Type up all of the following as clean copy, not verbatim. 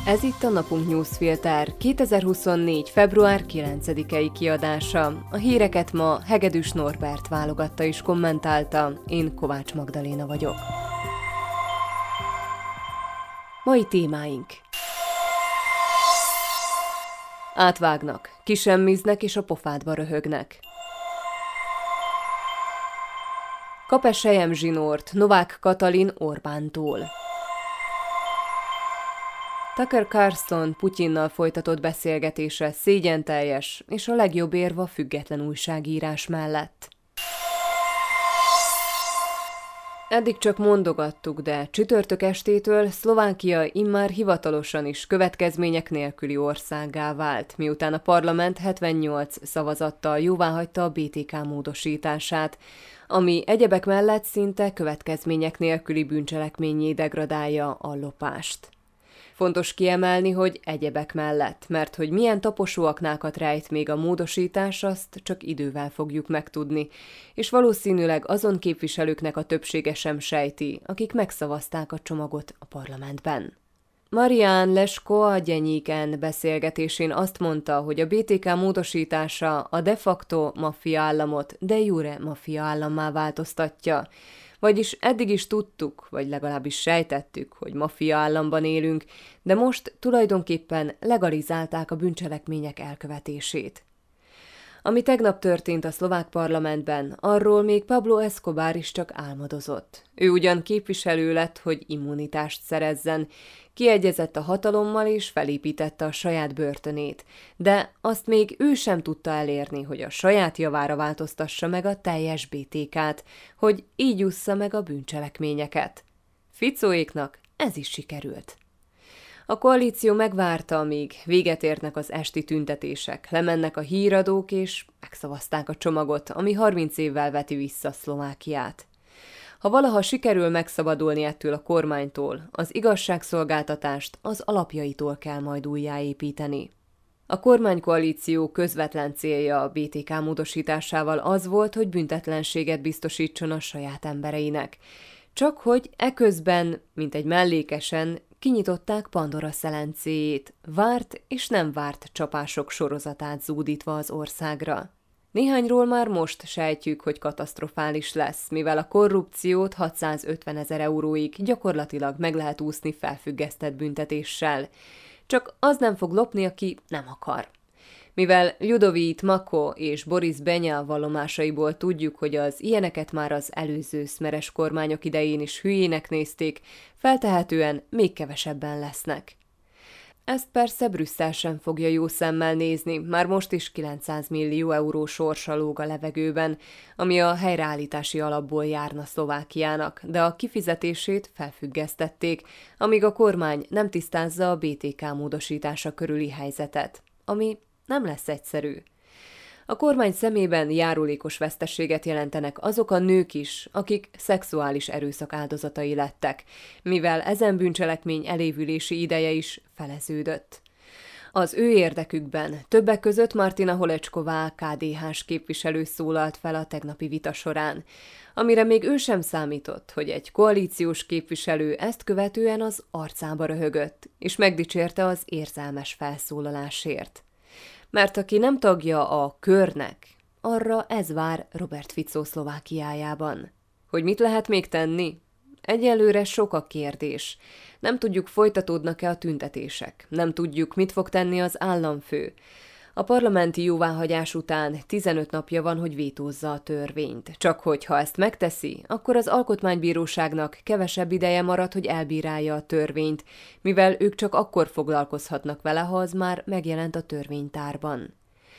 Ez itt a Napunk Newsfilter 2024. február 9-i kiadása. A híreket ma Hegedűs Norbert válogatta és kommentálta, én Kovács Magdaléna vagyok. Mai témáink: átvágnak, kisemmiznek és a pofádba röhögnek. Kap-e selyemzsinort Novák Katalin Orbántól? Tucker Carlson Putyinnal folytatott beszélgetése szégyenteljes, és a legjobb érv a független újságírás mellett. Eddig csak mondogattuk, de csütörtök estétől Szlovákia immár hivatalosan is következmények nélküli országgá vált, miután a parlament 78 szavazattal jóváhagyta a BTK módosítását, ami egyebek mellett szinte következmények nélküli bűncselekménnyé degradálja a lopást. Fontos kiemelni, hogy egyebek mellett, mert hogy milyen taposóaknákat rejt még a módosítás, azt csak idővel fogjuk megtudni, és valószínűleg azon képviselőknek a többsége sem sejti, akik megszavazták a csomagot a parlamentben. Marian Lesko a Gyenyik-en beszélgetésén azt mondta, hogy a BTK módosítása a de facto maffia államot de jure maffia állammá változtatja, vagyis eddig is tudtuk, vagy legalábbis sejtettük, hogy maffia államban élünk, de most tulajdonképpen legalizálták a bűncselekmények elkövetését. Ami tegnap történt a szlovák parlamentben, arról még Pablo Escobar is csak álmodozott. Ő ugyan képviselő lett, hogy immunitást szerezzen, kiegyezett a hatalommal és felépítette a saját börtönét, de azt még ő sem tudta elérni, hogy a saját javára változtassa meg a teljes BTK-t, hogy így ússza meg a bűncselekményeket. Ficóéknak ez is sikerült. A koalíció megvárta, amíg véget érnek az esti tüntetések, lemennek a híradók és megszavazták a csomagot, ami 30 évvel veti vissza Szlovákiát. Ha valaha sikerül megszabadulni ettől a kormánytól, az igazságszolgáltatást az alapjaitól kell majd újjáépíteni. A kormánykoalíció közvetlen célja a BTK módosításával az volt, hogy büntetlenséget biztosítson a saját embereinek. Csak hogy eközben, mint egy mellékesen, kinyitották Pandora szelencéjét, várt és nem várt csapások sorozatát zúdítva az országra. Néhányról már most sejtjük, hogy katasztrofális lesz, mivel a korrupciót 650 000 euróig gyakorlatilag meg lehet úszni felfüggesztett büntetéssel. Csak az nem fog lopni, aki nem akar. Mivel Ljudovít Mako és Boris Benya vallomásaiból tudjuk, hogy az ilyeneket már az előző szmeres kormányok idején is hülyének nézték, feltehetően még kevesebben lesznek. Ezt persze Brüsszel sem fogja jó szemmel nézni, már most is 900 millió euró sorsa lóg a levegőben, ami a helyreállítási alapból járna Szlovákiának, de a kifizetését felfüggesztették, amíg a kormány nem tisztázza a BTK módosítása körüli helyzetet, ami nem lesz egyszerű. A kormány szemében járulékos veszteséget jelentenek azok a nők is, akik szexuális erőszak áldozatai lettek, mivel ezen bűncselekmény elévülési ideje is feleződött. Az ő érdekükben többek között Martina Holecsková KDH-s képviselő szólalt fel a tegnapi vita során, amire még ő sem számított, hogy egy koalíciós képviselő ezt követően az arcába röhögött, és megdicsérte az érzelmes felszólalásért. Mert aki nem tagja a körnek, arra ez vár Robert Fico Szlovákiájában. Hogy mit lehet még tenni? Egyelőre sok a kérdés. Nem tudjuk, folytatódnak-e a tüntetések. Nem tudjuk, mit fog tenni az államfő. A parlamenti jóváhagyás után 15 napja van, hogy vétózza a törvényt. Csak hogyha ezt megteszi, akkor az alkotmánybíróságnak kevesebb ideje marad, hogy elbírálja a törvényt, mivel ők csak akkor foglalkozhatnak vele, ha az már megjelent a törvénytárban.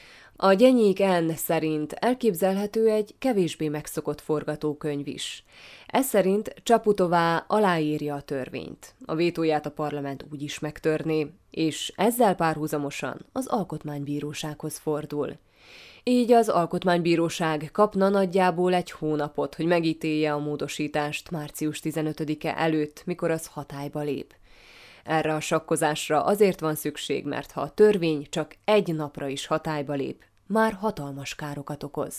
A Gyenyik-en szerint elképzelhető egy kevésbé megszokott forgatókönyv is. Ez szerint Csaputová aláírja a törvényt. A vétóját a parlament úgyis megtörné, és ezzel párhuzamosan az alkotmánybírósághoz fordul. Így az alkotmánybíróság kapna nagyjából egy hónapot, hogy megítélje a módosítást március 15-e előtt, mikor az hatályba lép. Erre a sakkozásra azért van szükség, mert ha a törvény csak egy napra is hatályba lép, már hatalmas károkat okoz.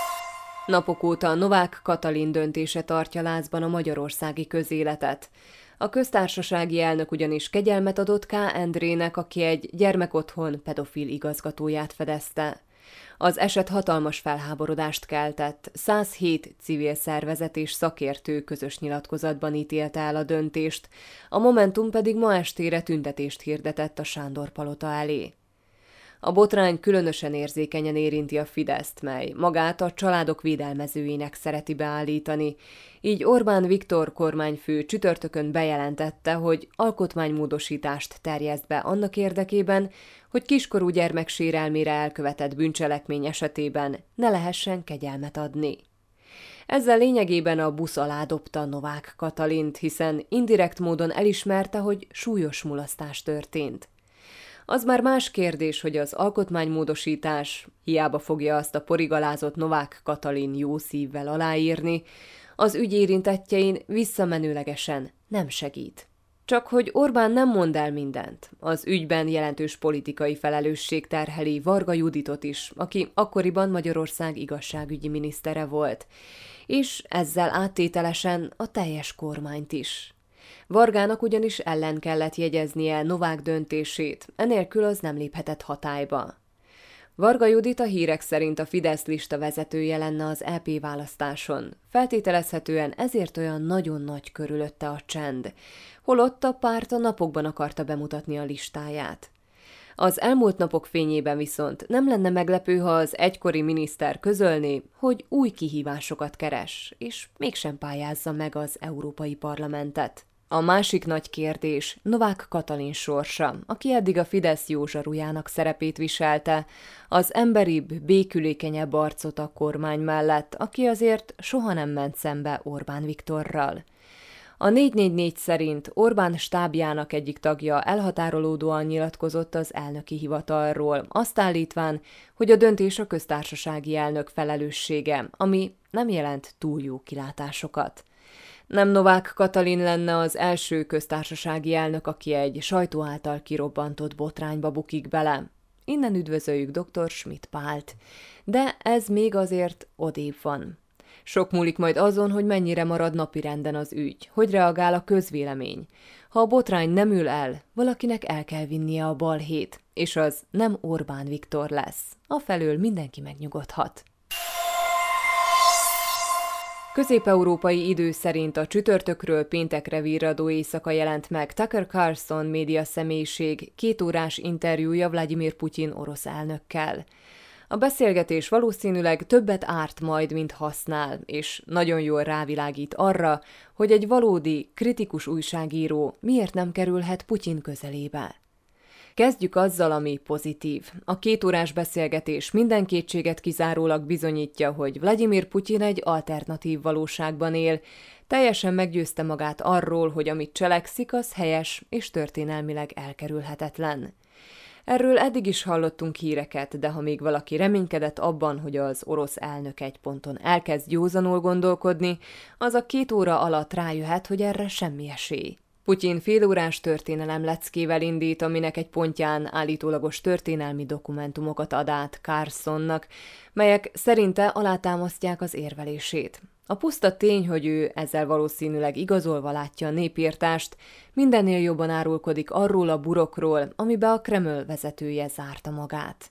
Napok óta Novák Katalin döntése tartja lázban a magyarországi közéletet. A köztársasági elnök ugyanis kegyelmet adott K. Endrének, aki egy gyermekotthon pedofil igazgatóját fedezte. Az eset hatalmas felháborodást keltett, 107 civil szervezet és szakértő közös nyilatkozatban ítélte el a döntést, a Momentum pedig ma estére tüntetést hirdetett a Sándor-palota elé. A botrány különösen érzékenyen érinti a Fideszt, mely magát a családok védelmezőinek szereti beállítani, így Orbán Viktor kormányfő csütörtökön bejelentette, hogy alkotmánymódosítást terjeszt be annak érdekében, hogy kiskorú gyermek sérelmére elkövetett bűncselekmény esetében ne lehessen kegyelmet adni. Ezzel lényegében a busz alá dobta Novák Katalint, hiszen indirekt módon elismerte, hogy súlyos mulasztás történt. Az már más kérdés, hogy az alkotmánymódosítás, hiába fogja azt a porigalázott Novák Katalin jó szívvel aláírni, az ügy érintettjein visszamenőlegesen nem segít. Csak hogy Orbán nem mond el mindent. Az ügyben jelentős politikai felelősség terheli Varga Juditot is, aki akkoriban Magyarország igazságügyi minisztere volt, és ezzel áttételesen a teljes kormányt is. Vargának ugyanis ellen kellett jegyeznie Novák döntését, enélkül az nem léphetett hatályba. Varga Judit a hírek szerint a Fidesz lista vezetője lenne az EP választáson. Feltételezhetően ezért olyan nagyon nagy körülötte a csend, holott a párt a napokban akarta bemutatni a listáját. Az elmúlt napok fényében viszont nem lenne meglepő, ha az egykori miniszter közölné, hogy új kihívásokat keres, és mégsem pályázza meg az Európai Parlamentet. A másik nagy kérdés Novák Katalin sorsa, aki eddig a Fidesz jó zsarujának szerepét viselte, az emberibb, békülékenyebb arcot a kormány mellett, aki azért soha nem ment szembe Orbán Viktorral. A 444 szerint Orbán stábjának egyik tagja elhatárolódóan nyilatkozott az elnöki hivatalról, azt állítván, hogy a döntés a köztársasági elnök felelőssége, ami nem jelent túl jó kilátásokat. Nem Novák Katalin lenne az első köztársasági elnök, aki egy sajtó által kirobbantott botrányba bukik bele. Innen üdvözöljük dr. Schmidt Pált. De ez még azért odébb van. Sok múlik majd azon, hogy mennyire marad napirenden az ügy, hogy reagál a közvélemény. Ha a botrány nem ül el, valakinek el kell vinnie a balhét, és az nem Orbán Viktor lesz. Afelől mindenki megnyugodhat. Közép-európai idő szerint a csütörtökről péntekre virradó éjszaka jelent meg Tucker Carlson média személyiség 2 órás interjúja Vladimir Putyin orosz elnökkel. A beszélgetés valószínűleg többet árt majd, mint használ, és nagyon jól rávilágít arra, hogy egy valódi, kritikus újságíró miért nem kerülhet Putyin közelébe. Kezdjük azzal, ami pozitív. A 2 órás beszélgetés minden kétséget kizárólag bizonyítja, hogy Vladimir Putyin egy alternatív valóságban él, teljesen meggyőzte magát arról, hogy amit cselekszik, az helyes és történelmileg elkerülhetetlen. Erről eddig is hallottunk híreket, de ha még valaki reménykedett abban, hogy az orosz elnök egy ponton elkezd józanul gondolkodni, az a 2 óra alatt rájöhet, hogy erre semmi esély. Putyin félórás történelemleckével indít, aminek egy pontján állítólagos történelmi dokumentumokat ad át Carlsonnak, melyek szerinte alátámasztják az érvelését. A puszta tény, hogy ő ezzel valószínűleg igazolva látja a népírtást, mindennél jobban árulkodik arról a burokról, amibe a Kreml vezetője zárta magát.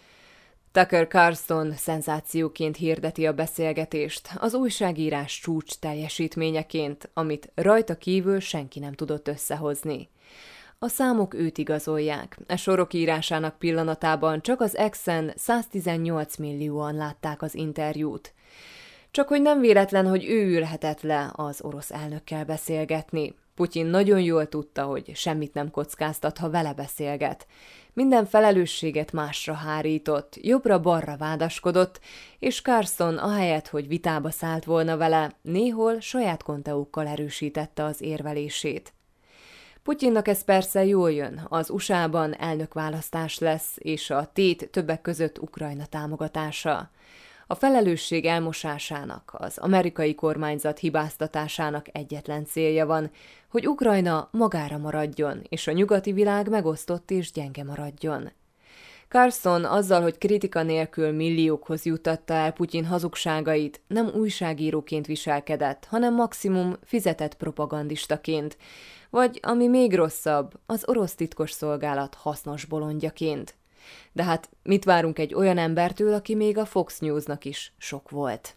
Tucker Carlson szenzációként hirdeti a beszélgetést, az újságírás csúcs teljesítményeként, amit rajta kívül senki nem tudott összehozni. A számok őt igazolják. A sorok írásának pillanatában csak az X-en 118 millióan látták az interjút. Csak hogy nem véletlen, hogy ő ülhetett le az orosz elnökkel beszélgetni. Putyin nagyon jól tudta, hogy semmit nem kockáztat, ha vele beszélget. Minden felelősséget másra hárított, jobbra-balra vádaskodott, és Carlson ahelyett, hogy vitába szállt volna vele, néhol saját konteókkal erősítette az érvelését. Putyinnak ez persze jól jön, az USA-ban elnökválasztás lesz, és a tét többek között Ukrajna támogatása. A felelősség elmosásának, az amerikai kormányzat hibáztatásának egyetlen célja van, hogy Ukrajna magára maradjon, és a nyugati világ megosztott és gyenge maradjon. Carson azzal, hogy kritika nélkül milliókhoz juttatta el Putyin hazugságait, nem újságíróként viselkedett, hanem maximum fizetett propagandistaként, vagy ami még rosszabb, az orosz titkosszolgálat hasznos bolondjaként. De hát mit várunk egy olyan embertől, aki még a Fox Newsnak is sok volt?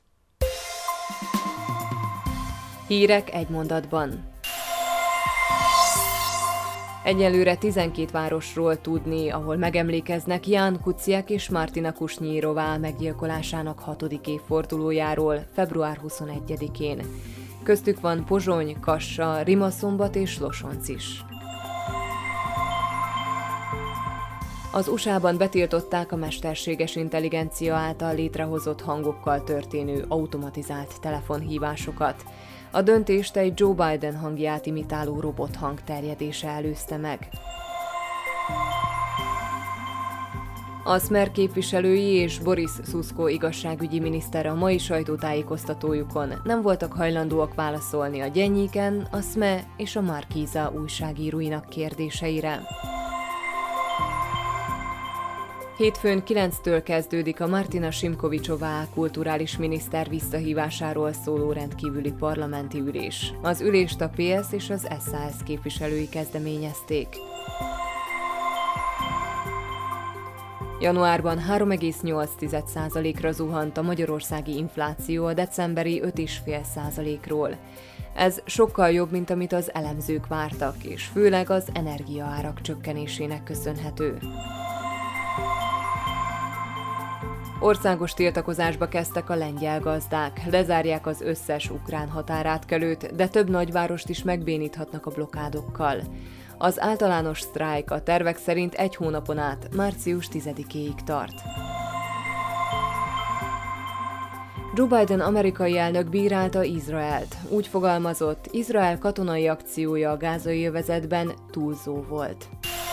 Hírek egy mondatban. Egyelőre 12 városról tudni, ahol megemlékeznek Ján Kuciak és Martina Kusnyírová meggyilkolásának 6. évfordulójáról, február 21-én. Köztük van Pozsony, Kassa, Rimaszombat és Losonc is. Az USA-ban betiltották a mesterséges intelligencia által létrehozott hangokkal történő automatizált telefonhívásokat. A döntést egy Joe Biden hangját imitáló robothang terjedése előzte meg. A Smer képviselői és Boris Szuszko igazságügyi miniszter a mai sajtótájékoztatójukon nem voltak hajlandóak válaszolni a Gyenyiken, a SME és a Markíza újságíróinak kérdéseire. Hétfőn 9-től kezdődik a Martina Simkovicsová kulturális miniszter visszahívásáról szóló rendkívüli parlamenti ülés. Az ülést a PS és az SZSZ képviselői kezdeményezték. Januárban 3,8%-ra zuhant a magyarországi infláció a decemberi 5,5%-ról. Ez sokkal jobb, mint amit az elemzők vártak, és főleg az energiaárak csökkenésének köszönhető. Országos tiltakozásba kezdtek a lengyel gazdák, lezárják az összes ukrán határátkelőt, de több nagyvárost is megbéníthatnak a blokkádokkal. Az általános sztrájk a tervek szerint 1 hónapon át, március 10-éig tart. Joe Biden amerikai elnök bírálta Izraelt. Úgy fogalmazott, Izrael katonai akciója a gázai övezetben túlzó volt.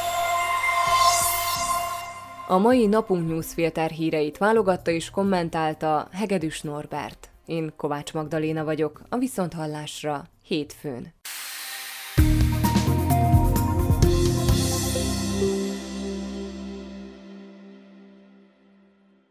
A mai Napunk Newsfilter híreit válogatta és kommentálta Hegedűs Norbert. Én Kovács Magdaléna vagyok, a viszonthallásra hétfőn.